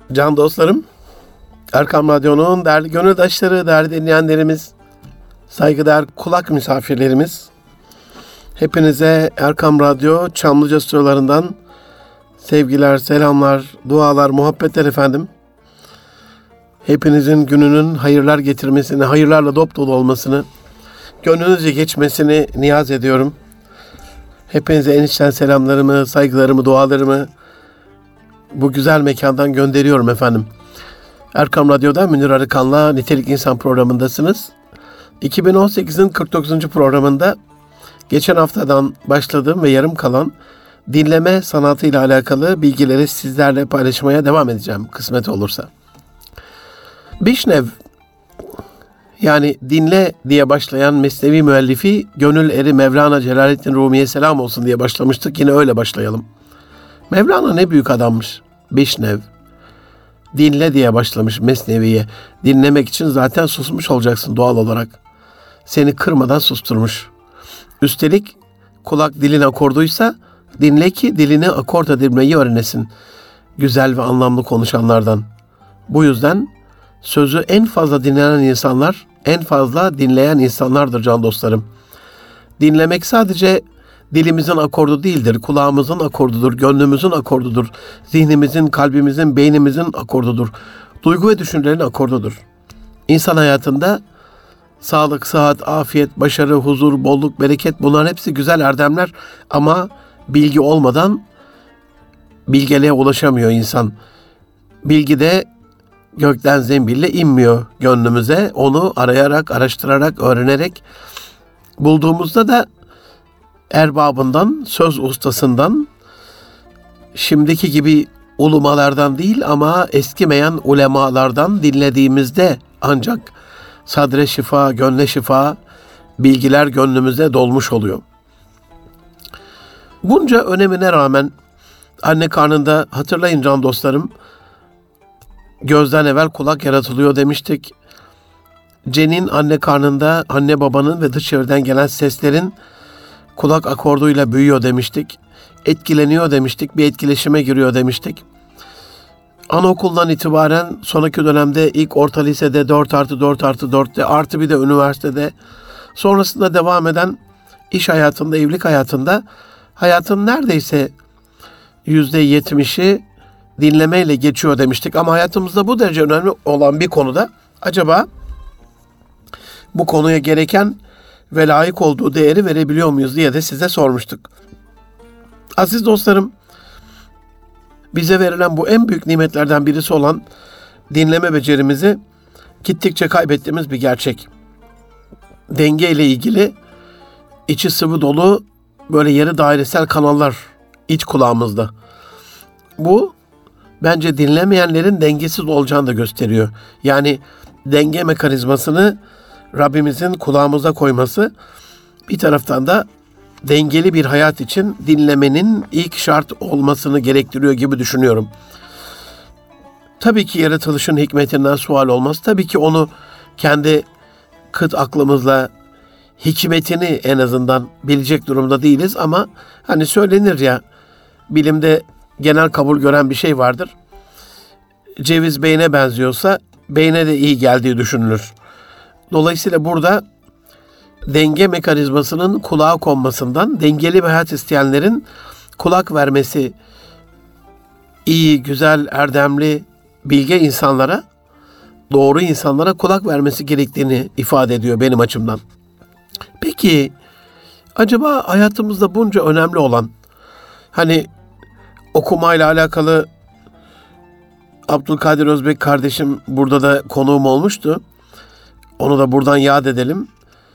Can dostlarım, Erkam Radyo'nun değerli gönüldaşları, değerli dinleyenlerimiz, saygıdeğer kulak misafirlerimiz, hepinize Erkam Radyo Çamlıca stüdyolarından sevgiler, selamlar, dualar, muhabbetler efendim. Hepinizin gününün hayırlar getirmesini, hayırlarla dop dolu olmasını, gönlünüzce geçmesini niyaz ediyorum. Hepinize en içten selamlarımı, saygılarımı, dualarımı bu güzel mekandan gönderiyorum efendim. Erkam Radyo'da Münir Arıkan'la Nitelik İnsan programındasınız. 2018'in 49. programında geçen haftadan başladığım ve yarım kalan dinleme sanatıyla alakalı bilgileri sizlerle paylaşmaya devam edeceğim kısmet olursa. Bişnev, yani dinle diye başlayan mesnevi müellifi Gönül Eri Mevlana Celaleddin Rumi'ye selam olsun diye başlamıştık. Yine öyle başlayalım. Mevlana ne büyük adammış. Bişnev. Dinle diye başlamış mesneviye. Dinlemek için zaten susmuş olacaksın doğal olarak. Seni kırmadan susturmuş. Üstelik kulak dilin akorduysa dinle ki dilini akort edilmeyi öğrenesin. Güzel ve anlamlı konuşanlardan. Bu yüzden sözü en fazla dinlenen insanlar, en fazla dinleyen insanlardır can dostlarım. Dinlemek sadece dilimizin akordu değildir, kulağımızın akordudur, gönlümüzün akordudur, zihnimizin, kalbimizin, beynimizin akordudur, duygu ve düşüncelerin akordudur. İnsan hayatında sağlık, sıhhat, afiyet, başarı, huzur, bolluk, bereket, bunların hepsi güzel erdemler ama bilgi olmadan bilgeliğe ulaşamıyor insan. Bilgi de gökten zembille inmiyor gönlümüze. Onu arayarak, araştırarak, öğrenerek bulduğumuzda da erbabından, söz ustasından, şimdiki gibi ulumalardan değil ama eskimeyen ulemalardan dinlediğimizde ancak sadre şifa, gönle şifa, bilgiler gönlümüze dolmuş oluyor. Bunca önemine rağmen anne karnında, hatırlayın can dostlarım, gözden evvel kulak yaratılıyor demiştik. Cenin anne karnında anne babanın ve dış çevreden gelen seslerin kulak akorduyla büyüyor demiştik. Etkileniyor demiştik. Bir etkileşime giriyor demiştik. Anaokulundan itibaren sonraki dönemde ilk orta lisede 4+4+4'te artı bir de üniversitede, sonrasında devam eden iş hayatında, evlilik hayatında hayatın neredeyse %70'i dinlemeyle geçiyor demiştik. Ama hayatımızda bu derece önemli olan bir konuda acaba bu konuya gereken ve layık olduğu değeri verebiliyor muyuz diye de size sormuştuk. Aziz dostlarım, bize verilen bu en büyük nimetlerden birisi olan dinleme becerimizi gittikçe kaybettiğimiz bir gerçek. Denge ile ilgili içi sıvı dolu böyle yarı dairesel kanallar iç kulağımızda. Bu bence dinlemeyenlerin dengesiz olacağını da gösteriyor. Yani denge mekanizmasını Rabbimizin kulağımıza koyması bir taraftan da dengeli bir hayat için dinlemenin ilk şart olmasını gerektiriyor gibi düşünüyorum. Tabii ki yaratılışın hikmetinden sual olmaz. Tabii ki onu kendi kıt aklımızla hikmetini en azından bilecek durumda değiliz ama hani söylenir ya, bilimde genel kabul gören bir şey vardır. Ceviz beyne benziyorsa beyne de iyi geldiği düşünülür. Dolayısıyla burada denge mekanizmasının kulağa konmasından, dengeli bir hayat isteyenlerin kulak vermesi, iyi, güzel, erdemli, bilge insanlara, doğru insanlara kulak vermesi gerektiğini ifade ediyor benim açımdan. Peki, acaba hayatımızda bunca önemli olan, hani okumayla alakalı Abdülkadir Özbek kardeşim burada da konuğum olmuştu. Onu da buradan yad edelim.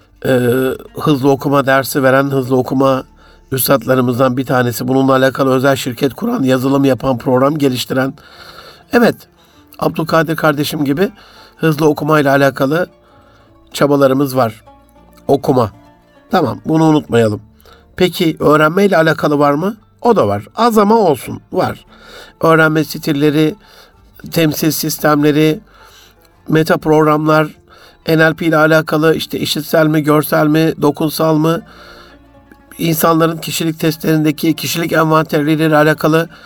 Hızlı okuma dersi veren, hızlı okuma üstadlarımızdan bir tanesi. Bununla alakalı özel şirket kuran, yazılım yapan, program geliştiren. Evet, Abdülkadir kardeşim gibi hızlı okumayla alakalı çabalarımız var. Okuma. Tamam, bunu unutmayalım. Peki öğrenmeyle alakalı var mı? O da var. Az ama olsun. Var. Öğrenme stilleri, temsil sistemleri, meta programlar, NLP ile alakalı işte işitsel mi, görsel mi, dokunsal mı, insanların kişilik testlerindeki kişilik envanterleriyle alakalı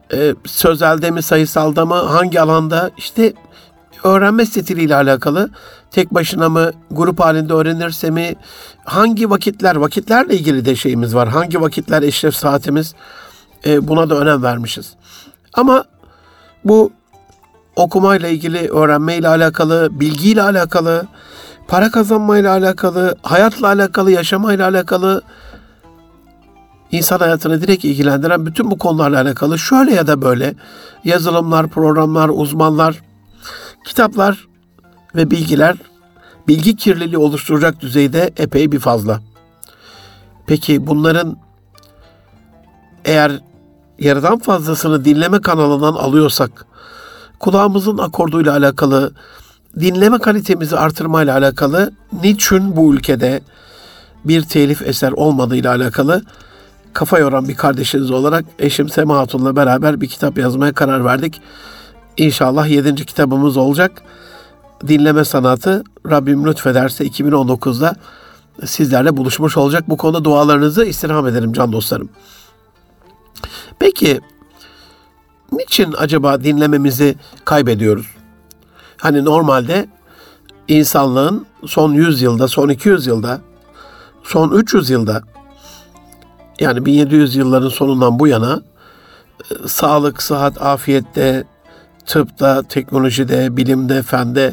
Sözelde mi, sayısalda mı, hangi alanda? İşte öğrenme stiliyle alakalı. Tek başına mı, grup halinde öğrenirse mi, hangi vakitlerle ilgili de şeyimiz var. Hangi vakitler eşref saatimiz, buna da önem vermişiz. Ama bu okumayla ilgili, öğrenmeyle alakalı, bilgiyle alakalı, para kazanmayla alakalı, hayatla alakalı, yaşamayla alakalı, insan hayatını direkt ilgilendiren bütün bu konularla alakalı şöyle ya da böyle yazılımlar, programlar, uzmanlar, kitaplar ve bilgiler bilgi kirliliği oluşturacak düzeyde epey bir fazla. Peki bunların eğer yarıdan fazlasını dinleme kanalından alıyorsak, kulağımızın akorduyla alakalı, dinleme kalitemizi artırmayla alakalı, niçin bu ülkede bir telif eser olmadığıyla alakalı kafa yoran bir kardeşiniz olarak eşim Sema Hatun'la beraber bir kitap yazmaya karar verdik. İnşallah 7. kitabımız olacak. Dinleme sanatı, Rabbim lütfederse 2019'da sizlerle buluşmuş olacak. Bu konuda dualarınızı istirham ederim can dostlarım. Peki, niçin acaba dinlememizi kaybediyoruz? Hani normalde insanlığın son 100 yılda, son 200 yılda, son 300 yılda, yani 1700 yılların sonundan bu yana sağlık, sıhhat, afiyette, tıpta, teknolojide, bilimde, fende,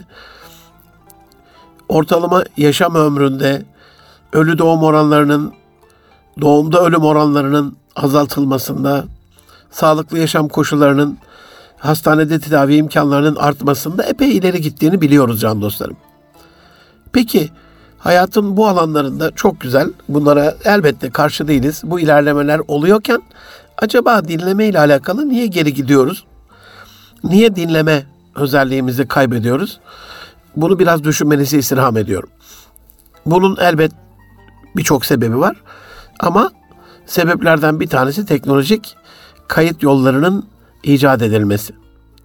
ortalama yaşam ömründe ölü doğum oranlarının, doğumda ölüm oranlarının azaltılmasında, sağlıklı yaşam koşullarının, hastanede tedavi imkanlarının artmasında epey ileri gittiğini biliyoruz can dostlarım. Peki, hayatın bu alanlarında çok güzel, bunlara elbette karşı değiliz. Bu ilerlemeler oluyorken acaba dinleme ile alakalı niye geri gidiyoruz? Niye dinleme özelliğimizi kaybediyoruz? Bunu biraz düşünmenizi istirham ediyorum. Bunun elbet birçok sebebi var. Ama sebeplerden bir tanesi teknolojik kayıt yollarının icat edilmesi.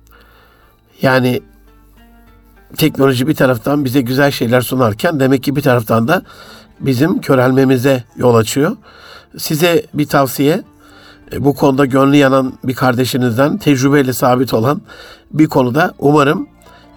Yani teknoloji bir taraftan bize güzel şeyler sunarken demek ki bir taraftan da bizim körelmemize yol açıyor. Size bir tavsiye, bu konuda gönlü yanan bir kardeşinizden, tecrübeyle sabit olan bir konuda umarım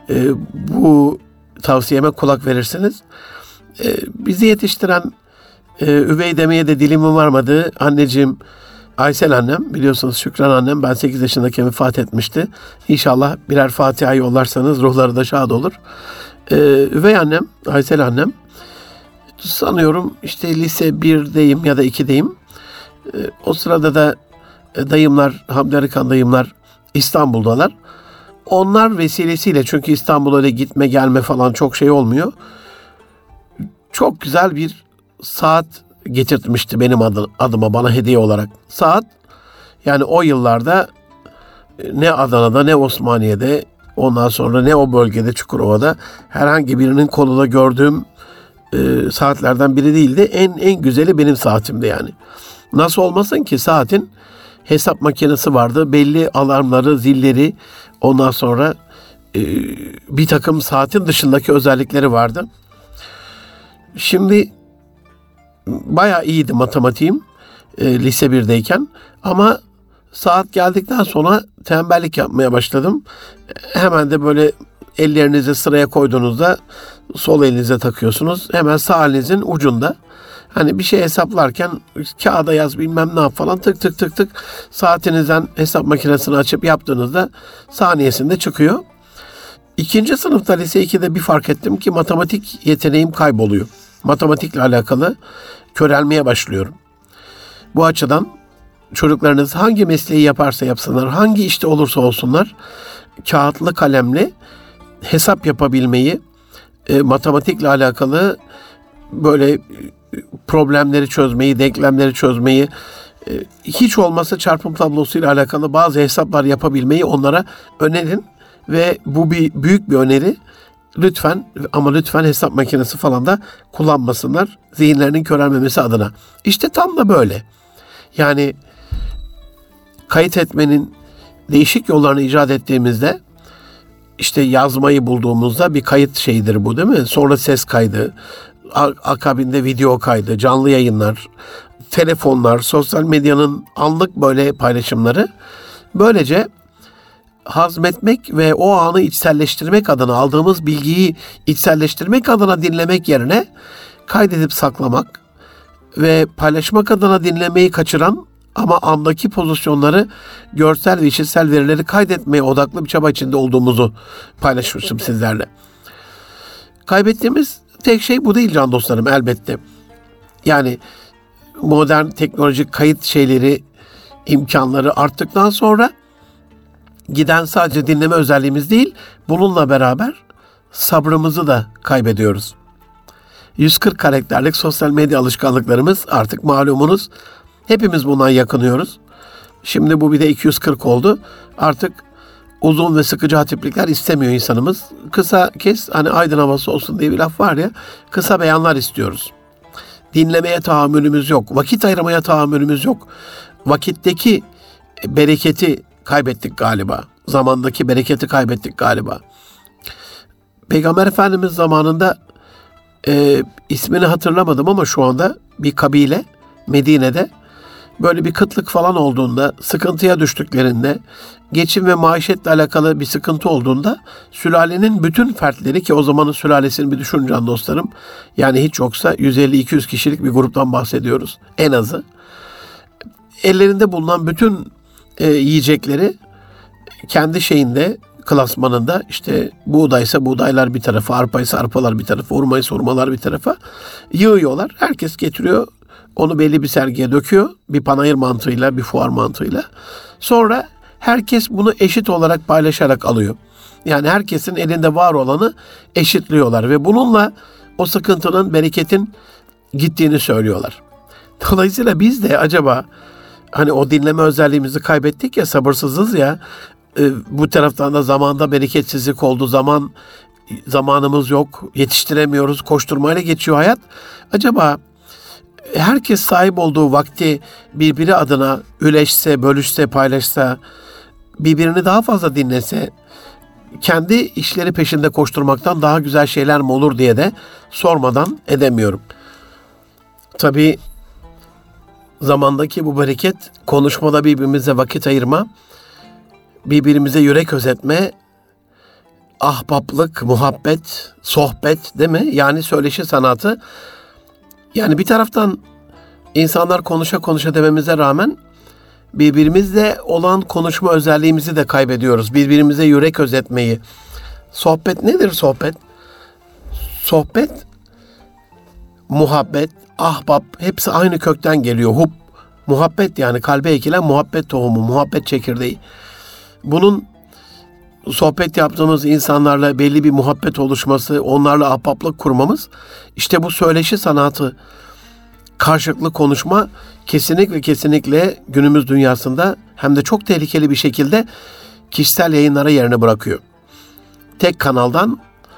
bu tavsiyeme kulak verirsiniz. Bizi yetiştiren, üvey demeye de dilimin varmadığı anneciğim Aysel annem, biliyorsunuz Şükran annem, ben 8 yaşındayken vefat etmişti. İnşallah birer Fatiha yollarsanız ruhları da şad olur. Üvey annem, Aysel annem, sanıyorum işte lise 1'deyim ya da 2'deyim. O sırada da dayımlar, Hamdi Arıkan dayımlar İstanbul'dalar. Onlar vesilesiyle, çünkü İstanbul'a öyle gitme gelme falan çok şey olmuyor, çok güzel bir saat getirtmişti benim adıma, bana hediye olarak. Saat, yani o yıllarda ne Adana'da ne Osmaniye'de, ondan sonra ne o bölgede Çukurova'da herhangi birinin kolunda gördüğüm saatlerden biri değildi. En güzeli benim saatimdi yani. Nasıl olmasın ki, saatin hesap makinesi vardı. Belli alarmları, zilleri, ondan sonra bir takım saatin dışındaki özellikleri vardı. Şimdi bayağı iyiydi matematiğim lise 1'deyken, ama saat geldikten sonra tembellik yapmaya başladım. Hemen de böyle ellerinizi sıraya koyduğunuzda sol elinize takıyorsunuz. Hemen sağ elinizin ucunda. Hani bir şey hesaplarken kağıda yaz bilmem ne yap falan, tık tık tık tık saatinizden hesap makinesini açıp yaptığınızda saniyesinde çıkıyor. 2. sınıfta lise 2'de bir fark ettim ki matematik yeteneğim kayboluyor. Matematikle alakalı körelmeye başlıyorum. Bu açıdan çocuklarınız hangi mesleği yaparsa yapsınlar, hangi işte olursa olsunlar, kağıtlı kalemli hesap yapabilmeyi, matematikle alakalı böyle problemleri çözmeyi, denklemleri çözmeyi, hiç olmazsa çarpım tablosuyla alakalı bazı hesaplar yapabilmeyi onlara önerin ve bu büyük bir öneri. Lütfen, ama lütfen hesap makinesi falan da kullanmasınlar, zihinlerinin körelmemesi adına. İşte tam da böyle. Yani kayıt etmenin değişik yollarını icat ettiğimizde, işte yazmayı bulduğumuzda bir kayıt şeyidir bu, değil mi? Sonra ses kaydı, akabinde video kaydı, canlı yayınlar, telefonlar, sosyal medyanın anlık böyle paylaşımları Böylece hazmetmek ve o anı içselleştirmek adına, aldığımız bilgiyi içselleştirmek adına dinlemek yerine kaydedip saklamak ve paylaşmak adına dinlemeyi kaçıran ama andaki pozisyonları, görsel ve işitsel verileri kaydetmeye odaklı bir çaba içinde olduğumuzu paylaşmışım sizlerle. Kaybettiğimiz tek şey bu değil can dostlarım, elbette. Yani modern teknolojik kayıt şeyleri, imkanları arttıktan sonra giden sadece dinleme özelliğimiz değil, bununla beraber sabrımızı da kaybediyoruz. 140 karakterlik sosyal medya alışkanlıklarımız artık malumunuz. Hepimiz bundan yakınıyoruz. Şimdi bu bir de 240 oldu. Artık uzun ve sıkıcı hatiplikler istemiyor insanımız. Kısa kes, hani aydın havası olsun diye bir laf var ya, kısa beyanlar istiyoruz. Dinlemeye tahammülümüz yok. Vakit ayırmaya tahammülümüz yok. Vakitteki bereketi kaybettik galiba. Zamandaki bereketi kaybettik galiba. Peygamber Efendimiz zamanında ismini hatırlamadım ama şu anda bir kabile Medine'de böyle bir kıtlık falan olduğunda, sıkıntıya düştüklerinde, geçim ve maişetle alakalı bir sıkıntı olduğunda sülalenin bütün fertleri, ki o zamanın sülalesini bir düşünün can dostlarım, yani hiç yoksa 150-200 kişilik bir gruptan bahsediyoruz en azı. Ellerinde bulunan bütün yiyecekleri kendi şeyinde, klasmanında, işte buğdaysa buğdaylar bir tarafa, arpaysa arpalar bir tarafa, hurmaysa hurmalar bir tarafa yığıyorlar. Herkes getiriyor, onu belli bir sergiye döküyor, bir panayır mantığıyla, bir fuar mantığıyla. Sonra herkes bunu eşit olarak paylaşarak alıyor. Yani herkesin elinde var olanı eşitliyorlar ve bununla o sıkıntının, bereketin gittiğini söylüyorlar. Dolayısıyla biz de acaba hani o dinleme özelliğimizi kaybettik ya, sabırsızız ya, bu taraftan da zamanda bereketsizlik oldu, zamanımız yok, yetiştiremiyoruz, koşturmayla geçiyor hayat. Acaba herkes sahip olduğu vakti birbiri adına üleşse, bölüşse, paylaşsa, birbirini daha fazla dinlese, kendi işleri peşinde koşturmaktan daha güzel şeyler mi olur diye de sormadan edemiyorum. Tabii zamandaki bu bereket, konuşmada birbirimize vakit ayırma, birbirimize yürek özetme, ahbaplık, muhabbet, sohbet değil mi? Yani söyleşi sanatı. Yani bir taraftan insanlar konuşa konuşa dememize rağmen birbirimizle olan konuşma özelliğimizi de kaybediyoruz. Birbirimize yürek özetmeyi. Sohbet nedir sohbet? Sohbet, muhabbet, ahbap hepsi aynı kökten geliyor. Hub, muhabbet, yani kalbe ekilen muhabbet tohumu, muhabbet çekirdeği. Bunun sohbet yaptığımız insanlarla belli bir muhabbet oluşması, onlarla ahbaplık kurmamız, işte bu söyleşi sanatı, karşılıklı konuşma kesinlikle günümüz dünyasında hem de çok tehlikeli bir şekilde kişisel yayınlara yerini bırakıyor. Tek kanaldan,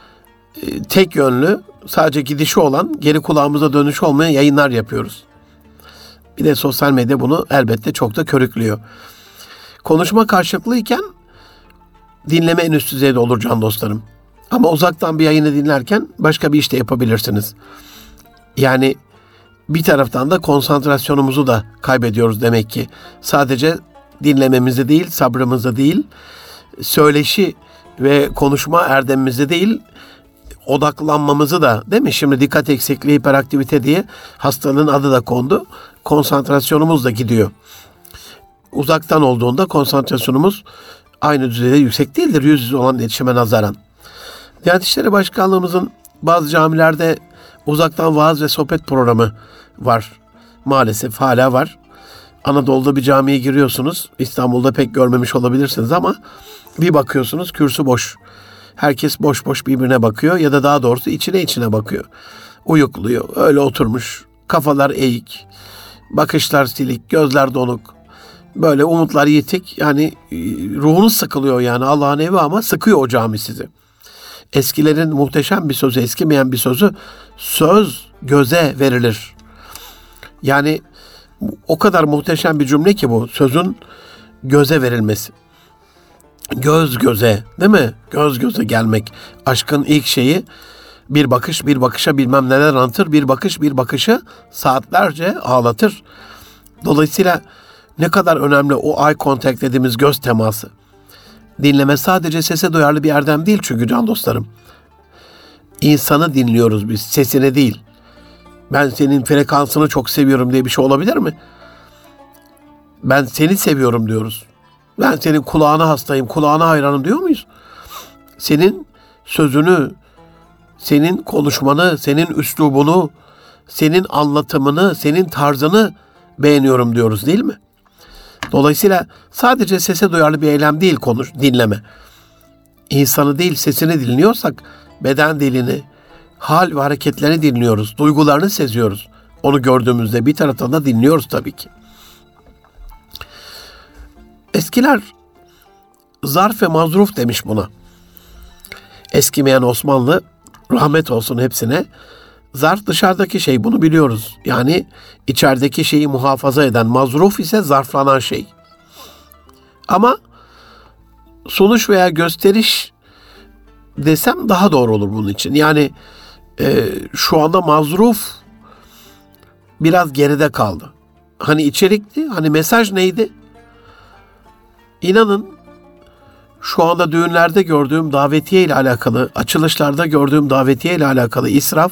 tek yönlü, sadece gidişi olan, geri kulağımıza dönüşü olmayan yayınlar yapıyoruz. Bir de sosyal medya bunu elbette çok da körüklüyor. Konuşma karşılıklıyken dinleme en üst düzeyde olur can dostlarım. Ama uzaktan bir yayını dinlerken başka bir iş de yapabilirsiniz. Yani bir taraftan da konsantrasyonumuzu da kaybediyoruz demek ki. Sadece dinlememizi değil, sabrımızı değil, söyleşi ve konuşma erdemimizi değil, odaklanmamızı da, değil mi? Şimdi dikkat eksikliği, hiperaktivite diye hastalığın adı da kondu. Konsantrasyonumuz da gidiyor. Uzaktan olduğunda konsantrasyonumuz aynı düzeyde yüksek değildir yüz yüze olan iletişime nazaran. Diyanet İşleri Başkanlığımızın bazı camilerde uzaktan vaaz ve sohbet programı var. Maalesef hala var. Anadolu'da bir camiye giriyorsunuz. İstanbul'da pek görmemiş olabilirsiniz ama bir bakıyorsunuz kürsü boş. Herkes boş boş birbirine bakıyor ya da daha doğrusu içine bakıyor. Uyukluyor, öyle oturmuş. Kafalar eğik, bakışlar silik, gözler donuk. Böyle umutlar yitik. Yani ruhunuz sıkılıyor yani. Allah'ın evi ama sıkıyor o cami sizi. Eskilerin muhteşem bir sözü, eskimeyen bir sözü, söz göze verilir. Yani o kadar muhteşem bir cümle ki bu, sözün göze verilmesi. Göz göze, değil mi? Göz göze gelmek. Aşkın ilk şeyi, bir bakış bir bakışa bilmem neler anlatır. Bir bakış bir bakışı saatlerce ağlatır. Dolayısıyla Ne kadar önemli o eye contact dediğimiz göz teması. Dinleme sadece sese duyarlı bir erdem değil çünkü can dostlarım. İnsanı dinliyoruz biz, sesini değil. Ben senin frekansını çok seviyorum diye bir şey olabilir mi? Ben seni seviyorum diyoruz. Ben senin kulağına hastayım, kulağına hayranım diyor muyuz? Senin sözünü, senin konuşmanı, senin üslubunu, senin anlatımını, senin tarzını beğeniyorum diyoruz değil mi? Dolayısıyla sadece sese duyarlı bir eylem değil dinleme. İnsanı değil sesini dinliyorsak beden dilini, hal ve hareketlerini dinliyoruz, duygularını seziyoruz. Onu gördüğümüzde bir taraftan da dinliyoruz tabii ki. Eskiler zarf ve mazruf demiş buna. Eskimeyen Osmanlı, rahmet olsun hepsine, zarf dışarıdaki şey, bunu biliyoruz. Yani içerideki şeyi muhafaza eden, mazruf ise zarflanan şey. Ama sonuç veya gösteriş desem daha doğru olur bunun için. Yani şu anda mazruf biraz geride kaldı. Hani içerikti, hani mesaj neydi? İnanın şu anda düğünlerde gördüğüm davetiye ile alakalı, açılışlarda gördüğüm davetiye ile alakalı israf,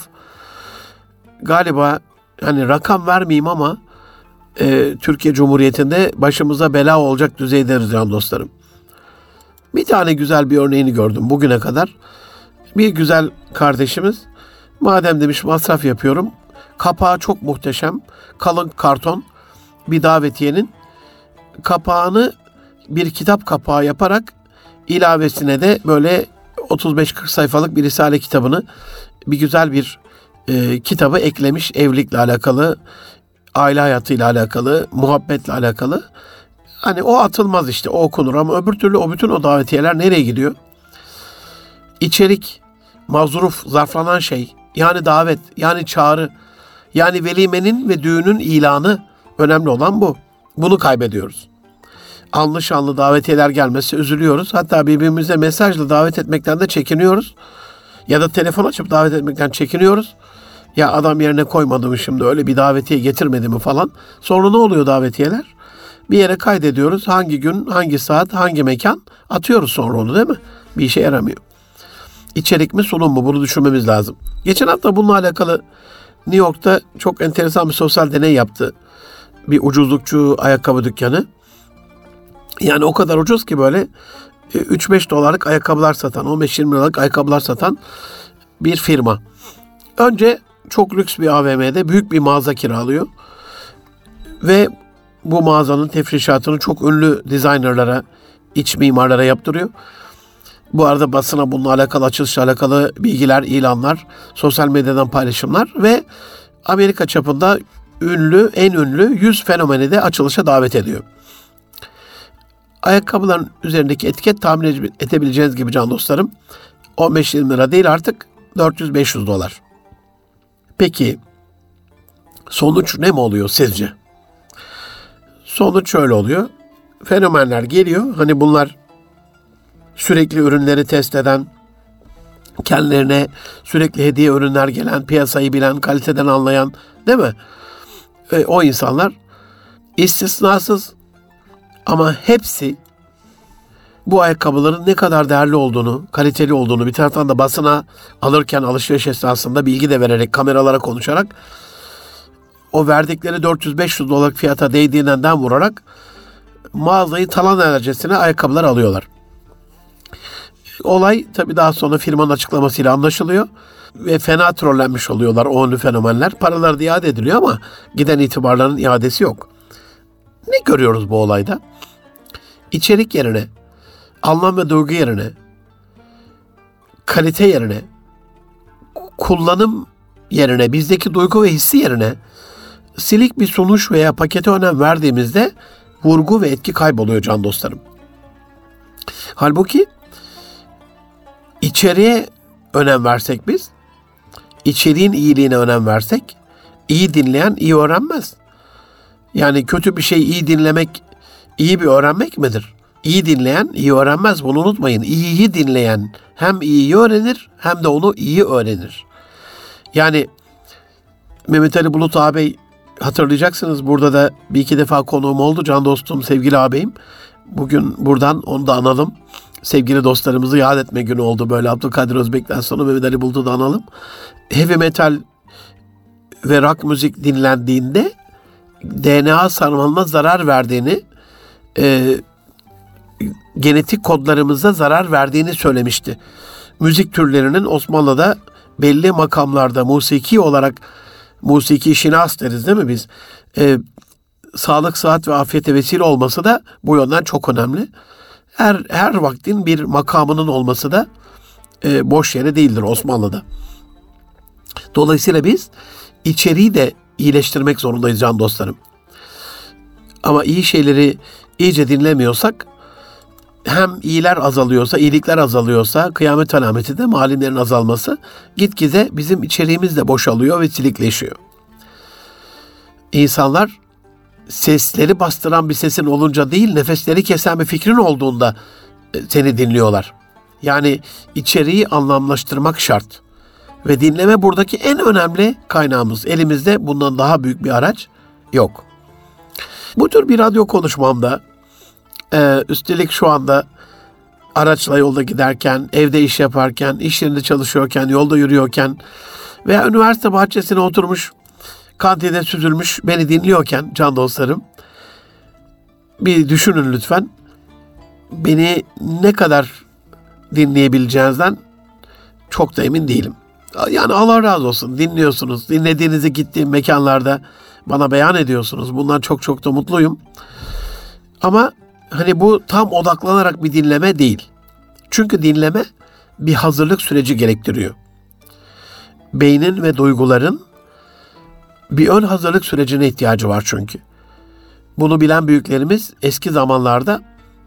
galiba hani rakam vermeyeyim ama Türkiye Cumhuriyeti'nde başımıza bela olacak düzeyderiz can dostlarım. Bir tane güzel bir örneğini gördüm bugüne kadar. Bir güzel kardeşimiz, madem demiş masraf yapıyorum, kapağı çok muhteşem, kalın karton bir davetiyenin kapağını bir kitap kapağı yaparak ilavesine de böyle 35-40 sayfalık bir risale kitabını, bir güzel bir kitabı eklemiş, evlilikle alakalı, aile hayatıyla alakalı, muhabbetle alakalı. Hani o atılmaz işte, o okunur ama öbür türlü o bütün o davetiyeler nereye gidiyor? İçerik, mazruf, zarflanan şey, yani davet, yani çağrı, yani velimenin ve düğünün ilanı, önemli olan bu. Bunu kaybediyoruz. Anlı şanlı davetiyeler gelmesi üzülüyoruz. Hatta birbirimize mesajla davet etmekten de çekiniyoruz. Ya da telefon açıp davet etmekten çekiniyoruz. Ya adam yerine koymadı mı şimdi, öyle bir davetiye getirmedi mi falan. Sonra ne oluyor davetiyeler? Bir yere kaydediyoruz. Hangi gün, hangi saat, hangi mekan, atıyoruz sonra onu, değil mi? Bir işe yaramıyor. İçerik mi, sunum mu? Bunu düşünmemiz lazım. Geçen hafta bununla alakalı New York'ta çok enteresan bir sosyal deney yaptı bir ucuzlukçu ayakkabı dükkanı. Yani o kadar ucuz ki böyle 3-5 dolarlık ayakkabılar satan, 15-20 liralık ayakkabılar satan bir firma. Önce çok lüks bir AVM'de büyük bir mağaza kiralıyor. Ve bu mağazanın tefrişatını çok ünlü designerlara, iç mimarlara yaptırıyor. Bu arada basına bununla alakalı, açılışla alakalı bilgiler, ilanlar, sosyal medyadan paylaşımlar ve Amerika çapında en ünlü 100 fenomeni de açılışa davet ediyor. Ayakkabıların üzerindeki etiket tahmin edebileceğiniz gibi can dostlarım 15-20 lira değil, artık 400-500 dolar. Peki sonuç ne mi oluyor sizce? Sonuç şöyle oluyor. Fenomenler geliyor. Hani bunlar sürekli ürünleri test eden, kendilerine sürekli hediye ürünler gelen, piyasayı bilen, kaliteden anlayan, değil mi? O insanlar istisnasız ama hepsi bu ayakkabıların ne kadar değerli olduğunu, kaliteli olduğunu, bir taraftan da basına alırken alışveriş esnasında bilgi de vererek, kameralara konuşarak, o verdikleri 400-500 dolarlık fiyata değdiğinden dem vurarak mağazayı talan edercesine ayakkabılar alıyorlar. Olay tabii daha sonra firmanın açıklamasıyla anlaşılıyor ve fena trollenmiş oluyorlar o ünlü fenomenler. Paraları da iade ediliyor ama giden itibarların iadesi yok. Ne görüyoruz bu olayda? İçerik yerine, anlam ve duygu yerine, kalite yerine, kullanım yerine, bizdeki duygu ve hissi yerine silik bir sunuş veya pakete önem verdiğimizde vurgu ve etki kayboluyor can dostlarım. Halbuki içeriğe önem versek biz, içeriğin iyiliğine önem versek, iyi dinleyen iyi öğrenmez. Yani kötü bir şey iyi dinlemek, iyi bir öğrenmek midir? İyi dinleyen iyi öğrenmez, bunu unutmayın. İyiyi dinleyen hem iyiyi öğrenir hem de onu iyi öğrenir. Yani Mehmet Ali Bulut ağabey Hatırlayacaksınız, burada da bir iki defa konuğum oldu. Can dostum, sevgili ağabeyim. Bugün buradan onu da analım. Sevgili dostlarımızı yad etme günü oldu böyle. Abdülkadir Özbek'ten sonra Mehmet Ali Bulut'u da analım. Heavy metal ve rock müzik dinlendiğinde DNA sarmalına zarar verdiğini, genetik kodlarımıza zarar verdiğini söylemişti. Müzik türlerinin Osmanlı'da belli makamlarda musiki olarak, musiki şinas deriz değil mi biz? Sağlık, sıhhat ve afiyete vesile olması da bu yönden çok önemli. Her vaktin bir makamının olması da boş yere değildir Osmanlı'da. Dolayısıyla biz içeriği de iyileştirmek zorundayız can dostlarım. Ama iyi şeyleri iyice dinlemiyorsak, hem iyiler azalıyorsa, iyilikler azalıyorsa, kıyamet alameti de malimlerin azalması, gitgide bizim içeriğimiz de boşalıyor ve silikleşiyor. İnsanlar sesleri bastıran bir sesin olunca değil, nefesleri kesen bir fikrin olduğunda seni dinliyorlar. Yani içeriği anlamlaştırmak şart. Ve dinleme buradaki en önemli kaynağımız. Elimizde bundan daha büyük bir araç yok. Bu tür bir radyo konuşmamda, üstelik şu anda araçla yolda giderken, evde iş yaparken, iş yerinde çalışıyorken, yolda yürüyorken veya üniversite bahçesine oturmuş, kantinde süzülmüş beni dinliyorken can dostlarım, bir düşünün lütfen. Beni ne kadar dinleyebileceğinizden çok da emin değilim. Yani Allah razı olsun, dinliyorsunuz. Dinlediğinizi gittiğim mekanlarda bana beyan ediyorsunuz. Bundan çok çok da mutluyum. Ama hani bu tam odaklanarak bir dinleme değil. Çünkü dinleme bir hazırlık süreci gerektiriyor. Beynin ve duyguların bir ön hazırlık sürecine ihtiyacı var çünkü. Bunu bilen büyüklerimiz eski zamanlarda,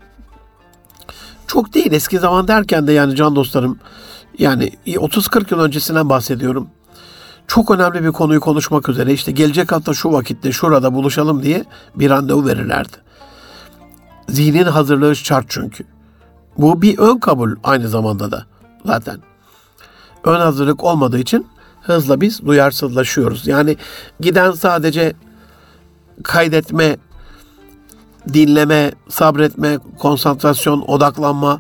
çok değil eski zaman derken de yani can dostlarım, yani 30-40 yıl öncesinden bahsediyorum. Çok önemli bir konuyu konuşmak üzere işte gelecek hafta şu vakitte şurada buluşalım diye bir randevu verirlerdi. Zihnin hazırlığı şart çünkü. Bu bir ön kabul aynı zamanda da zaten. Ön hazırlık olmadığı için hızla biz duyarsızlaşıyoruz. Yani giden sadece kaydetme, dinleme, sabretme, konsantrasyon, odaklanma,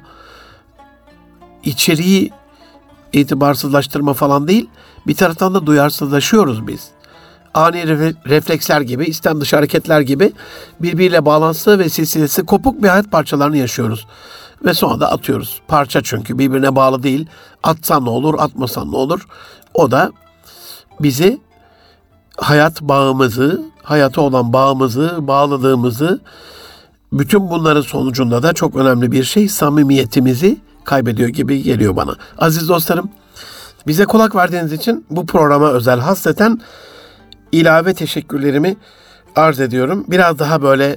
içeriği itibarsızlaştırma falan değil. Bir taraftan da duyarsızlaşıyoruz biz. Ani refleksler gibi, istem dışı hareketler gibi birbiriyle bağlantısı ve silsilesi kopuk bir hayat parçalarını yaşıyoruz. Ve sonra da atıyoruz. Parça çünkü birbirine bağlı değil. Atsan ne olur, atmasan ne olur. O da bizi, hayat bağımızı, hayata olan bağımızı, bağlılığımızı, bütün bunların sonucunda da çok önemli bir şey, samimiyetimizi kaybediyor gibi geliyor bana. Aziz dostlarım, bize kulak verdiğiniz için bu programa özel hasreten ilave teşekkürlerimi arz ediyorum. Biraz daha böyle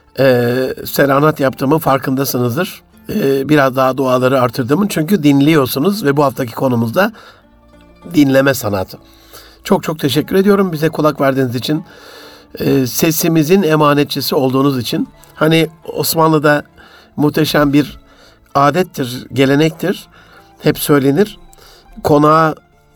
selanat yaptığımın farkındasınızdır. Biraz daha duaları artırdığımın, çünkü dinliyorsunuz ve bu haftaki konumuz da dinleme sanatı. Çok çok teşekkür ediyorum bize kulak verdiğiniz için. Sesimizin emanetçisi olduğunuz için. Hani Osmanlı'da muhteşem bir adettir, gelenektir. Hep söylenir. Konağa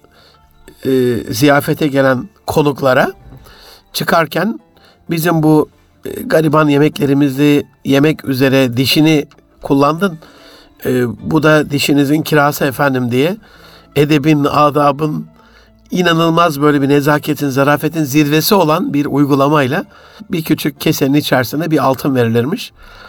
ziyafete gelen konuklara çıkarken bizim bu gariban yemeklerimizi yemek üzere dişini kullandın. Bu da dişinizin kirası efendim diye edebin, adabın, inanılmaz böyle bir nezaketin, zarafetin zirvesi olan bir uygulamayla bir küçük kesenin içerisine bir altın verilirmiş.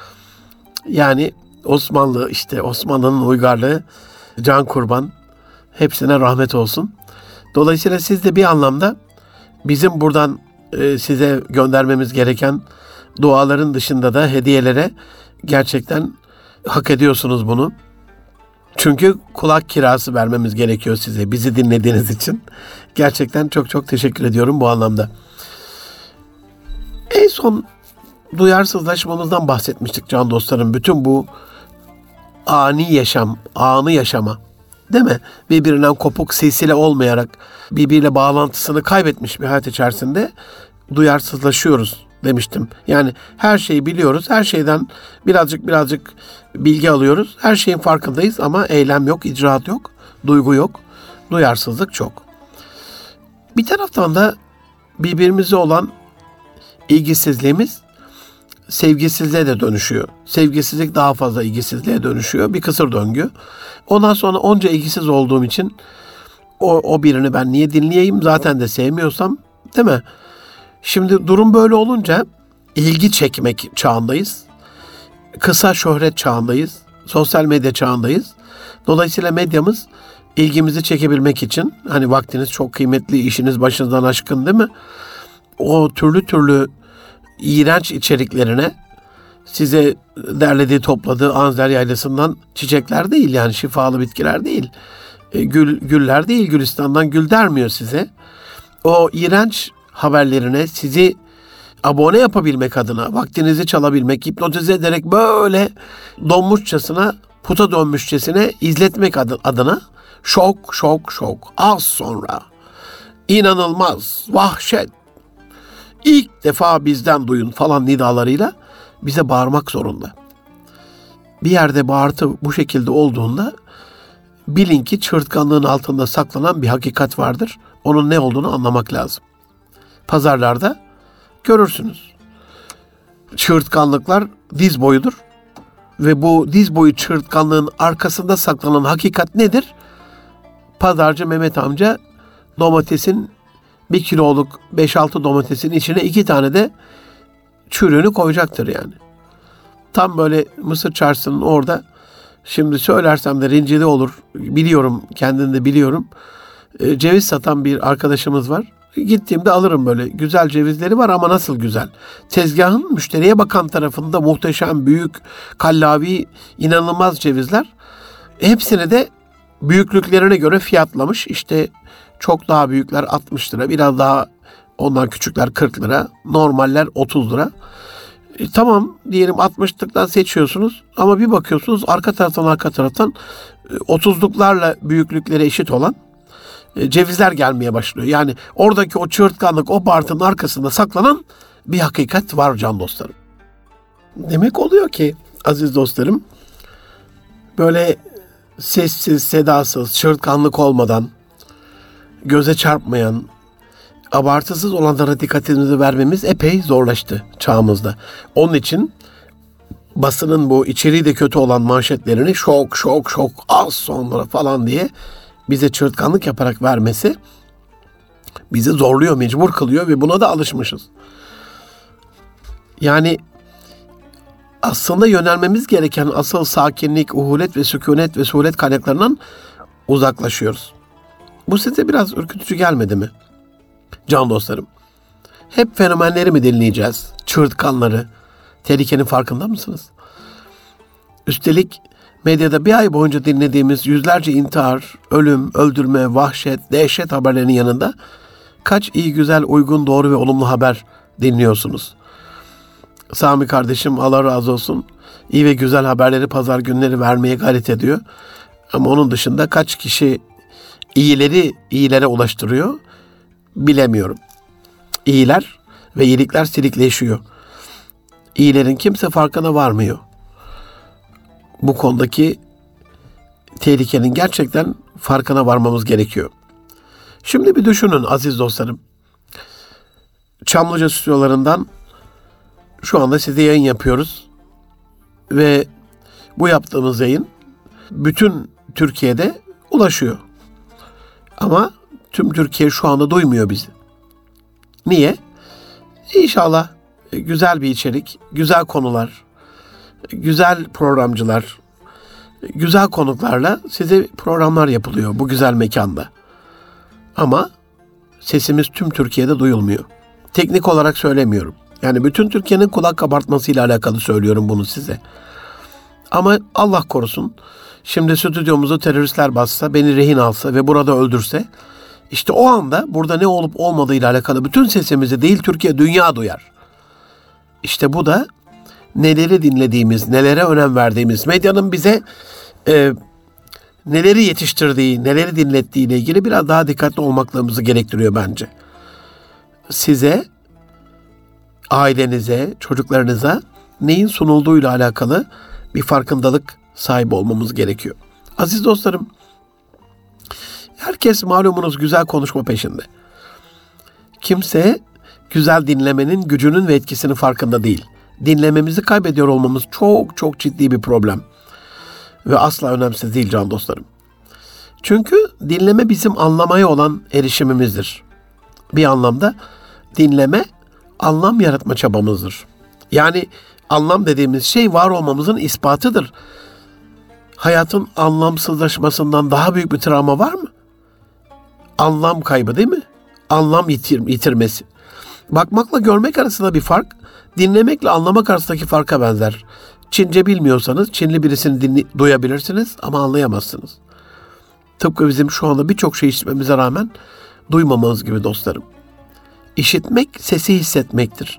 Yani Osmanlı, işte Osmanlı'nın uygarlığı, can kurban, hepsine rahmet olsun. Dolayısıyla siz de bir anlamda bizim buradan size göndermemiz gereken duaların dışında da hediyelere gerçekten hak ediyorsunuz bunu. Çünkü kulak kirası vermemiz gerekiyor size, bizi dinlediğiniz için. Gerçekten çok çok teşekkür ediyorum bu anlamda. En son duyarsızlaşmamızdan bahsetmiştik can dostlarım. Bütün bu ani yaşam, anı yaşama, değil mi? Birbirinden kopuk, silsile olmayarak birbiriyle bağlantısını kaybetmiş bir hayat içerisinde duyarsızlaşıyoruz demiştim. Yani her şeyi biliyoruz, her şeyden birazcık bilgi alıyoruz. Her şeyin farkındayız ama eylem yok, icraat yok, duygu yok, duyarsızlık çok. Bir taraftan da birbirimize olan İlgisizliğimiz sevgisizliğe de dönüşüyor. Sevgisizlik daha fazla ilgisizliğe dönüşüyor. Bir kısır döngü. Ondan sonra onca ilgisiz olduğum için o birini ben niye dinleyeyim? Zaten de sevmiyorsam, değil mi? Şimdi durum böyle olunca ilgi çekmek çağındayız. Kısa şöhret çağındayız. Sosyal medya çağındayız. Dolayısıyla medyamız ilgimizi çekebilmek için, hani vaktiniz çok kıymetli, işiniz başınızdan aşkın, değil mi? O türlü türlü iğrenç içeriklerine size derlediği, topladığı Anzer Yaylası'ndan çiçekler değil, yani şifalı bitkiler değil. Güller değil, Gülistan'dan gül dermiyor size. O iğrenç haberlerine sizi abone yapabilmek adına, vaktinizi çalabilmek, hipnotize ederek böyle donmuşçasına, puta dönmüşçesine izletmek adına şok, az sonra inanılmaz, vahşet, ilk defa bizden duyun falan nidalarıyla bize bağırmak zorunda. Bir yerde bağırtı bu şekilde olduğunda bilin ki çığırtkanlığın altında saklanan bir hakikat vardır. Onun ne olduğunu anlamak lazım. Pazarlarda görürsünüz. Çığırtkanlıklar diz boyudur. Ve bu diz boyu çığırtkanlığın arkasında saklanan hakikat nedir? Pazarcı Mehmet amca domatesin 1 kiloluk 5-6 domatesin içine 2 tane de çürüğünü koyacaktır yani. Tam böyle Mısır Çarşısı'nın orada, şimdi söylersem de rencide olur. Biliyorum, kendini de biliyorum. Ceviz satan bir arkadaşımız var. Gittiğimde alırım böyle. Güzel cevizleri var ama nasıl güzel. Tezgahın müşteriye bakan tarafında muhteşem, büyük, kallavi, inanılmaz cevizler. Hepsini de büyüklüklerine göre fiyatlamış. İşte çok daha büyükler 60 lira, biraz daha ondan küçükler 40 lira, normaller 30 lira. Tamam diyelim 60'lıktan seçiyorsunuz ama bir bakıyorsunuz arka taraftan 30'luklarla büyüklükleri eşit olan cevizler gelmeye başlıyor. Yani oradaki o çığırtkanlık, o bağırtının arkasında saklanan bir hakikat var can dostlarım. Demek oluyor ki aziz dostlarım, böyle sessiz, sedasız, çığırtkanlık olmadan, göze çarpmayan, abartısız olanlara dikkatimizi vermemiz epey zorlaştı çağımızda. Onun için basının bu içeriği de kötü olan manşetlerini şok az sonra falan diye bize çığırtkanlık yaparak vermesi bizi zorluyor, mecbur kılıyor ve buna da alışmışız. Yani aslında yönelmemiz gereken asıl sakinlik, uhulet ve sükunet ve suhulet kaynaklarından uzaklaşıyoruz. Bu size biraz ürkütücü gelmedi mi? Can dostlarım, hep fenomenleri mi dinleyeceğiz? Çığırtkanları. Tehlikenin farkında mısınız? Üstelik medyada bir ay boyunca dinlediğimiz yüzlerce intihar, ölüm, öldürme, vahşet, dehşet haberlerinin yanında kaç iyi, güzel, uygun, doğru ve olumlu haber dinliyorsunuz? Sami kardeşim Allah razı olsun, iyi ve güzel haberleri pazar günleri vermeye gayret ediyor. Ama onun dışında kaç kişi iyileri iyilere ulaştırıyor bilemiyorum. İyiler ve iyilikler silikleşiyor. İyilerin kimse farkına varmıyor. Bu konudaki tehlikenin gerçekten farkına varmamız gerekiyor. Şimdi bir düşünün aziz dostlarım. Çamlıca stüdyolarından şu anda size yayın yapıyoruz. Ve bu yaptığımız yayın bütün Türkiye'de ulaşıyor. Ama tüm Türkiye şu anda duymuyor bizi. Niye? İnşallah güzel bir içerik, güzel konular, güzel programcılar, güzel konuklarla size programlar yapılıyor bu güzel mekanda. Ama sesimiz tüm Türkiye'de duyulmuyor. Teknik olarak söylemiyorum. Yani bütün Türkiye'nin kulak kabartmasıyla alakalı söylüyorum bunu size. Ama Allah korusun, şimdi stüdyomuzu teröristler bassa, beni rehin alsa ve burada öldürse, işte o anda burada ne olup olmadığıyla alakalı bütün sesimizi değil Türkiye, dünya duyar. İşte bu da neleri dinlediğimiz, nelere önem verdiğimiz, medyanın bize neleri yetiştirdiği, neleri dinlettiği ile ilgili biraz daha dikkatli olmaklarımızı gerektiriyor bence. Size, ailenize, çocuklarınıza neyin sunulduğuyla alakalı bir farkındalık sahibi olmamız gerekiyor. Aziz dostlarım, herkes malumunuz güzel konuşma peşinde. Kimse güzel dinlemenin gücünün ve etkisinin farkında değil. Dinlememizi kaybediyor olmamız çok çok ciddi bir problem. Ve asla önemsiz değil can dostlarım. Çünkü dinleme bizim anlamaya olan erişimimizdir. Bir anlamda dinleme anlam yaratma çabamızdır. Yani anlam dediğimiz şey var olmamızın ispatıdır. Hayatın anlamsızlaşmasından daha büyük bir travma var mı? Anlam kaybı değil mi? Anlam yitirmesi. Bakmakla görmek arasında bir fark, dinlemekle anlamak arasındaki farka benzer. Çince bilmiyorsanız Çinli birisini duyabilirsiniz ama anlayamazsınız. Tıpkı bizim şu anda birçok şey işitmemize rağmen duymamamız gibi dostlarım. İşitmek sesi hissetmektir.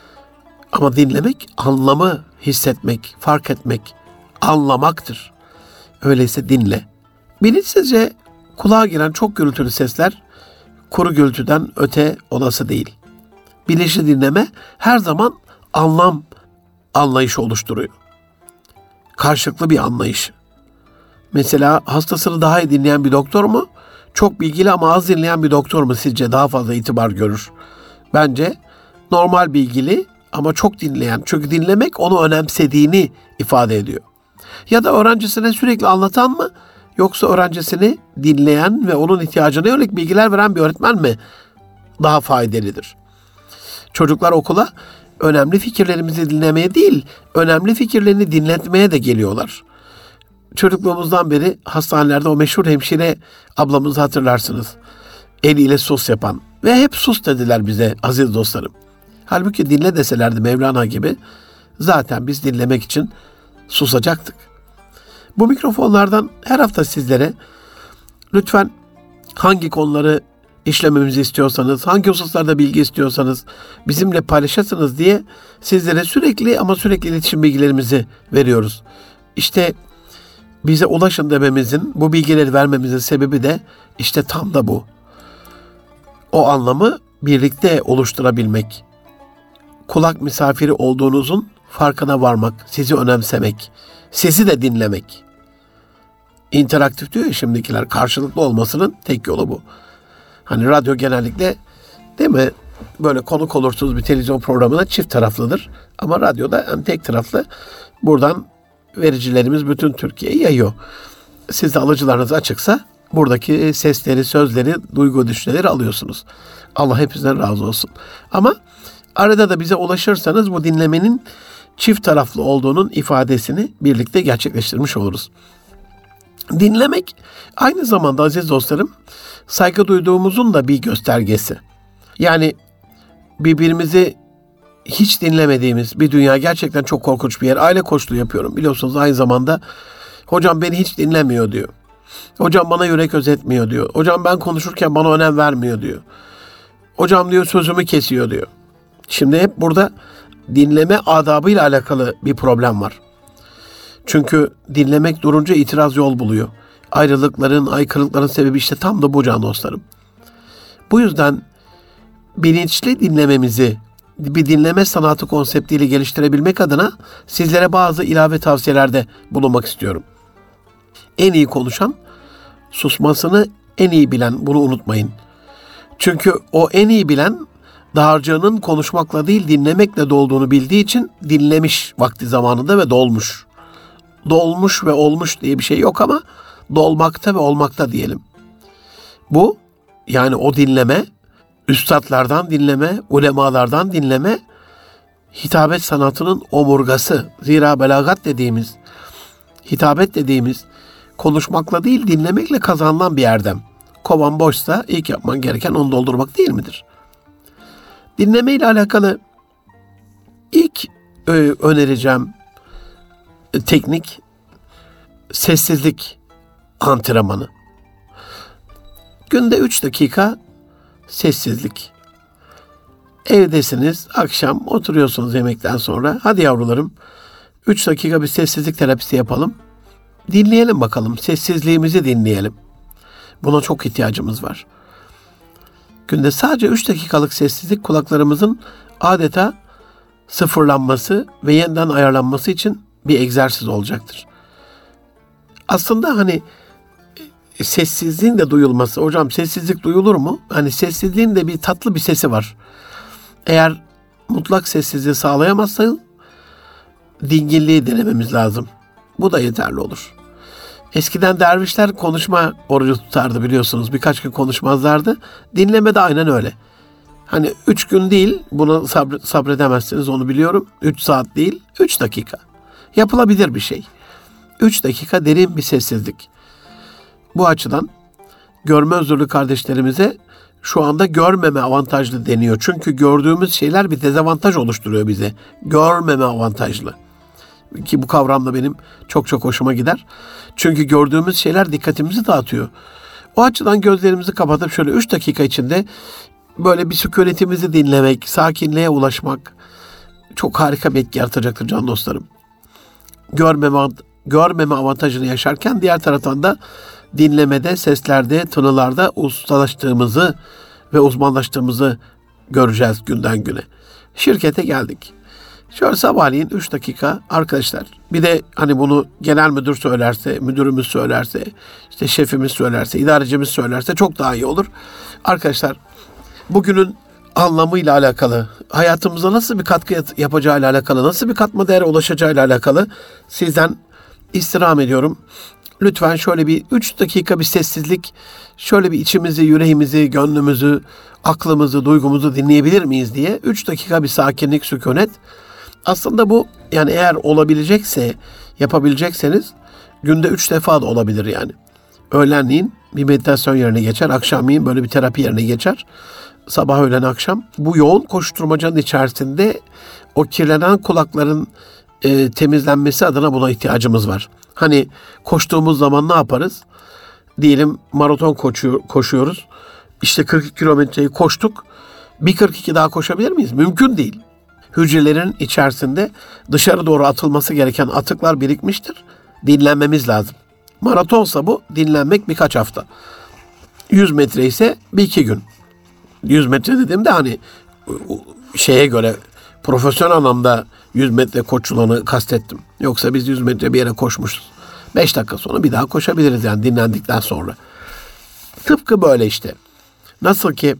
Ama dinlemek anlamı hissetmek, fark etmek, anlamaktır. Öyleyse dinle. Bilinçsizce kulağa giren çok gürültülü sesler kuru gürültüden öte olası değil. Bilinçli dinleme her zaman anlam anlayışı oluşturuyor. Karşılıklı bir anlayış. Mesela hastasını daha iyi dinleyen bir doktor mu? Çok bilgili ama az dinleyen bir doktor mu sizce daha fazla itibar görür? Bence normal bilgili ama çok dinleyen. Çünkü dinlemek onu önemsediğini ifade ediyor. Ya da öğrencisine sürekli anlatan mı? Yoksa öğrencisini dinleyen ve onun ihtiyacına yönelik bilgiler veren bir öğretmen mi daha faydalıdır? Çocuklar okula önemli fikirlerimizi dinlemeye değil, önemli fikirlerini dinletmeye de geliyorlar. Çocukluğumuzdan beri hastanelerde o meşhur hemşire ablamızı hatırlarsınız. Eliyle sus yapan ve hep sus dediler bize aziz dostlarım. Halbuki dinle deselerdi Mevlana gibi zaten biz dinlemek için susacaktık. Bu mikrofonlardan her hafta sizlere lütfen hangi konuları işlememizi istiyorsanız, hangi hususlarda bilgi istiyorsanız bizimle paylaşasınız diye sizlere sürekli ama sürekli iletişim bilgilerimizi veriyoruz. İşte bize ulaşın dememizin, bu bilgileri vermemizin sebebi de işte tam da bu. O anlamı birlikte oluşturabilmek. Kulak misafiri olduğunuzun farkına varmak, sizi önemsemek, sizi de dinlemek. İnteraktif diyor ya şimdikiler, karşılıklı olmasının tek yolu bu. Hani radyo genellikle değil mi böyle konuk olursunuz bir televizyon programına çift taraflıdır. Ama radyoda yani tek taraflı. Buradan vericilerimiz bütün Türkiye'yi yayıyor. Siz de alıcılarınız açıksa buradaki sesleri, sözleri, duygu düşünceleri alıyorsunuz. Allah hepinizden razı olsun. Ama arada da bize ulaşırsanız bu dinlemenin çift taraflı olduğunun ifadesini birlikte gerçekleştirmiş oluruz. Dinlemek aynı zamanda aziz dostlarım saygı duyduğumuzun da bir göstergesi. Yani birbirimizi hiç dinlemediğimiz bir dünya gerçekten çok korkunç bir yer. Aile koçluğu yapıyorum biliyorsunuz aynı zamanda. Hocam beni hiç dinlemiyor diyor. Hocam bana yürek özetmiyor diyor. Hocam ben konuşurken bana önem vermiyor diyor. Hocam diyor sözümü kesiyor diyor. Şimdi hep burada dinleme adabıyla alakalı bir problem var. Çünkü dinlemek durunca itiraz yol buluyor. Ayrılıkların, aykırılıkların sebebi işte tam da bu can dostlarım. Bu yüzden bilinçli dinlememizi bir dinleme sanatı konseptiyle geliştirebilmek adına sizlere bazı ilave tavsiyelerde bulunmak istiyorum. En iyi konuşan, susmasını en iyi bilen, bunu unutmayın. Çünkü o en iyi bilen, dağarcığının konuşmakla değil dinlemekle dolduğunu bildiği için dinlemiş vakti zamanında ve dolmuş. Dolmuş ve olmuş diye bir şey yok ama dolmakta ve olmakta diyelim. Bu yani o dinleme, üstadlardan dinleme, ulemalardan dinleme, hitabet sanatının omurgası. Zira belagat dediğimiz, hitabet dediğimiz konuşmakla değil dinlemekle kazanılan bir erdem. Kovan boşsa ilk yapman gereken onu doldurmak değil midir? Dinleme ile alakalı ilk önereceğim teknik sessizlik antrenmanı. Günde 3 dakika sessizlik. Evdesiniz, akşam oturuyorsunuz yemekten sonra. Hadi yavrularım 3 dakika bir sessizlik terapisi yapalım. Dinleyelim bakalım, sessizliğimizi dinleyelim. Buna çok ihtiyacımız var. Günde sadece 3 dakikalık sessizlik kulaklarımızın adeta sıfırlanması ve yeniden ayarlanması için bir egzersiz olacaktır. Aslında hani sessizliğin de duyulması. Hocam sessizlik duyulur mu? Hani sessizliğin de bir tatlı bir sesi var. Eğer mutlak sessizliği sağlayamazsanız dinginliği denememiz lazım. Bu da yeterli olur. Eskiden dervişler konuşma orucu tutardı biliyorsunuz. Birkaç gün konuşmazlardı. Dinleme de aynen öyle. Hani 3 gün değil, buna sabredemezsiniz, onu biliyorum. 3 saat değil, 3 dakika. Yapılabilir bir şey. 3 dakika derin bir sessizlik. Bu açıdan görme özürlü kardeşlerimize şu anda görmeme avantajlı deniyor. Çünkü gördüğümüz şeyler bir dezavantaj oluşturuyor bize. Görmeme avantajlı. Ki bu kavram da benim çok çok hoşuma gider. Çünkü gördüğümüz şeyler dikkatimizi dağıtıyor. O açıdan gözlerimizi kapatıp şöyle 3 dakika içinde böyle bir sükunetimizi dinlemek, sakinliğe ulaşmak çok harika bir etki yaratacaktır can dostlarım. Görmeme avantajını yaşarken diğer taraftan da dinlemede, seslerde, tınılarda ustalaştığımızı ve uzmanlaştığımızı göreceğiz günden güne. Şirkete geldik. Şöyle sabahleyin 3 dakika arkadaşlar. Bir de hani bunu genel müdür söylerse, müdürümüz söylerse, işte şefimiz söylerse, idarecimiz söylerse çok daha iyi olur. Arkadaşlar bugünün anlamıyla alakalı, hayatımıza nasıl bir katkı yapacağıyla alakalı, nasıl bir katma değere ulaşacağıyla alakalı sizden istirham ediyorum. Lütfen şöyle bir 3 dakika bir sessizlik, şöyle bir içimizi, yüreğimizi, gönlümüzü, aklımızı, duygumuzu dinleyebilir miyiz diye 3 dakika bir sakinlik, sükunet. Aslında bu yani eğer olabilecekse, yapabilecekseniz günde 3 defa da olabilir yani. Öğlenleyin bir meditasyon yerine geçer, akşamleyin böyle bir terapi yerine geçer. Sabah, öğlen, akşam. Bu yoğun koşturmacanın içerisinde o kirlenen kulakların temizlenmesi adına buna ihtiyacımız var. Hani koştuğumuz zaman ne yaparız? Diyelim maraton koşuyoruz. İşte 42 kilometreyi koştuk. Bir 42 daha koşabilir miyiz? Mümkün değil. Hücrelerin içerisinde dışarı doğru atılması gereken atıklar birikmiştir. Dinlenmemiz lazım. Maratonsa bu, dinlenmek birkaç hafta. 100 metre ise bir iki gün. 100 metre dediğimde hani şeye göre profesyonel anlamda 100 metre koşulanı kastettim. Yoksa biz 100 metre bir yere koşmuşuz. 5 dakika sonra bir daha koşabiliriz yani dinlendikten sonra. Tıpkı böyle işte. Nasıl ki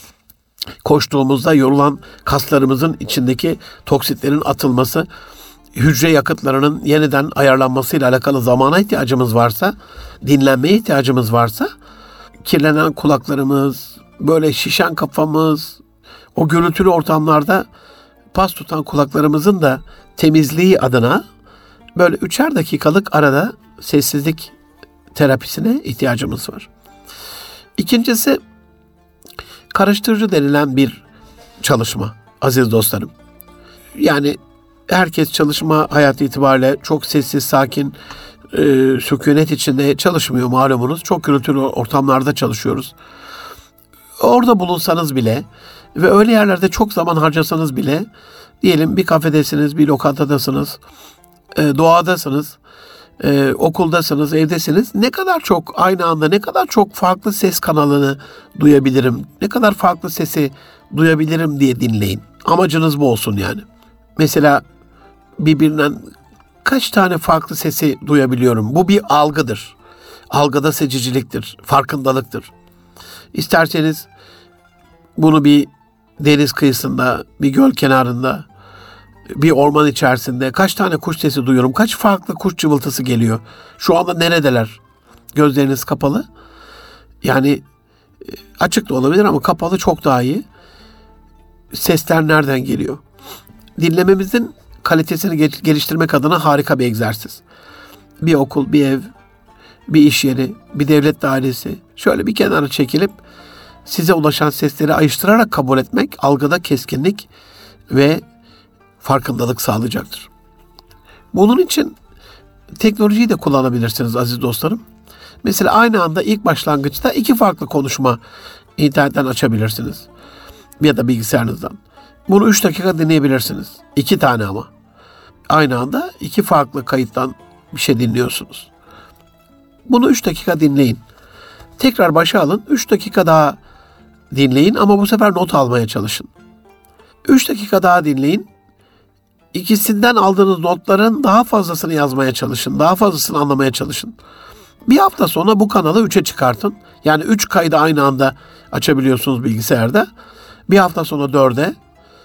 koştuğumuzda yorulan kaslarımızın içindeki toksitlerin atılması, hücre yakıtlarının yeniden ayarlanmasıyla alakalı zamana ihtiyacımız varsa, dinlenmeye ihtiyacımız varsa, kirlenen kulaklarımız, böyle şişen kafamız, o gürültülü ortamlarda pas tutan kulaklarımızın da temizliği adına böyle 3'er dakikalık arada sessizlik terapisine ihtiyacımız var. İkincisi, karıştırıcı denilen bir çalışma aziz dostlarım. Yani herkes çalışma hayatı itibariyle çok sessiz, sakin, sükunet içinde çalışmıyor malumunuz. Çok gürültülü ortamlarda çalışıyoruz. Orada bulunsanız bile ve öyle yerlerde çok zaman harcasanız bile, diyelim bir kafedesiniz, bir lokantadasınız, doğadasınız, okuldasınız, evdesiniz. Ne kadar çok aynı anda, ne kadar çok farklı ses kanalını duyabilirim, ne kadar farklı sesi duyabilirim diye dinleyin. Amacınız bu olsun yani. Mesela birbirinden kaç tane farklı sesi duyabiliyorum? Bu bir algıdır. Algıda seçiciliktir, farkındalıktır. İsterseniz bunu bir deniz kıyısında, bir göl kenarında, bir orman içerisinde kaç tane kuş sesi duyuyorum, kaç farklı kuş cıvıltısı geliyor. Şu anda neredeler? Gözleriniz kapalı. Yani açık da olabilir ama kapalı çok daha iyi. Sesler nereden geliyor? Dinlememizin kalitesini geliştirmek adına harika bir egzersiz. Bir okul, bir ev, bir iş yeri, bir devlet dairesi şöyle bir kenara çekilip size ulaşan sesleri ayıştırarak kabul etmek algıda keskinlik ve farkındalık sağlayacaktır. Bunun için teknolojiyi de kullanabilirsiniz aziz dostlarım. Mesela aynı anda ilk başlangıçta 2 farklı konuşma internetten açabilirsiniz. Ya da bilgisayarınızdan. Bunu 3 dakika dinleyebilirsiniz. 2 tane ama. Aynı anda 2 farklı kayıttan bir şey dinliyorsunuz. Bunu 3 dakika dinleyin. Tekrar başa alın. 3 dakika daha dinleyin ama bu sefer not almaya çalışın. 3 dakika daha dinleyin. İkisinden aldığınız notların daha fazlasını yazmaya çalışın. Daha fazlasını anlamaya çalışın. Bir hafta sonra bu kanalı 3'e çıkartın. Yani 3 kaydı aynı anda açabiliyorsunuz bilgisayarda. Bir hafta sonra 4'e.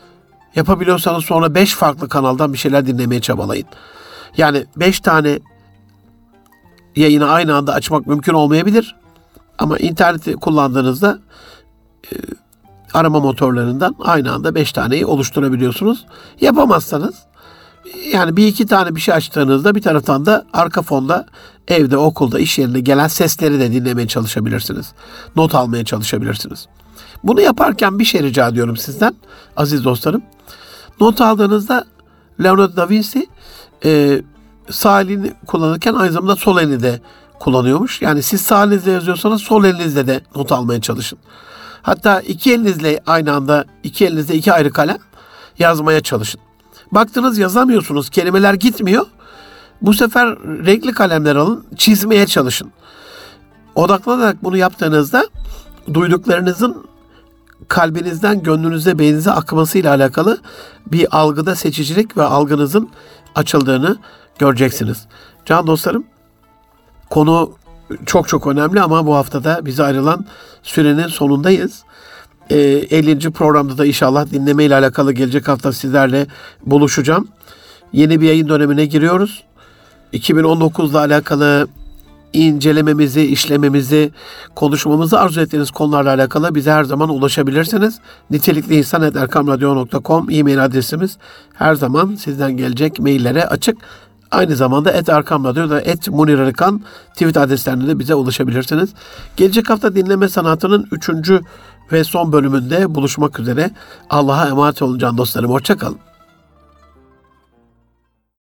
Yapabiliyorsanız sonra 5 farklı kanaldan bir şeyler dinlemeye çabalayın. Yani 5 tane yayını aynı anda açmak mümkün olmayabilir. Ama interneti kullandığınızda arama motorlarından aynı anda 5 taneyi oluşturabiliyorsunuz. Yapamazsanız yani bir iki tane bir şey açtığınızda bir taraftan da arka fonda evde, okulda, iş yerinde gelen sesleri de dinlemeye çalışabilirsiniz. Not almaya çalışabilirsiniz. Bunu yaparken bir şey rica ediyorum sizden aziz dostlarım. Not aldığınızda Leonardo da Vinci sağ elini kullanırken aynı zamanda sol elini de kullanıyormuş. Yani siz sağ elinizle yazıyorsanız sol elinizle de not almaya çalışın. Hatta iki elinizle aynı anda iki elinizde iki ayrı kalem yazmaya çalışın. Baktınız yazamıyorsunuz, kelimeler gitmiyor. Bu sefer renkli kalemler alın, çizmeye çalışın. Odaklanarak bunu yaptığınızda duyduklarınızın kalbinizden gönlünüze, beyninize akmasıyla alakalı bir algıda seçicilik ve algınızın açıldığını göreceksiniz. Can dostlarım, konu çok çok önemli ama bu haftada bize ayrılan sürenin sonundayız. 50. programda da inşallah dinleme ile alakalı gelecek hafta sizlerle buluşacağım. Yeni bir yayın dönemine giriyoruz. 2019'la alakalı incelememizi, konuşmamızı arzu ettiğiniz konularla alakalı bize her zaman ulaşabilirsiniz. nitelikliinsan@erkamradyo.com e-mail adresimiz her zaman sizden gelecek maillere açık. Aynı zamanda @erkamradyo da @munirarıkan tweet adreslerine de bize ulaşabilirsiniz. Gelecek hafta dinleme sanatının 3. ve son bölümünde buluşmak üzere. Allah'a emanet olun can dostlarım. Hoşça kalın.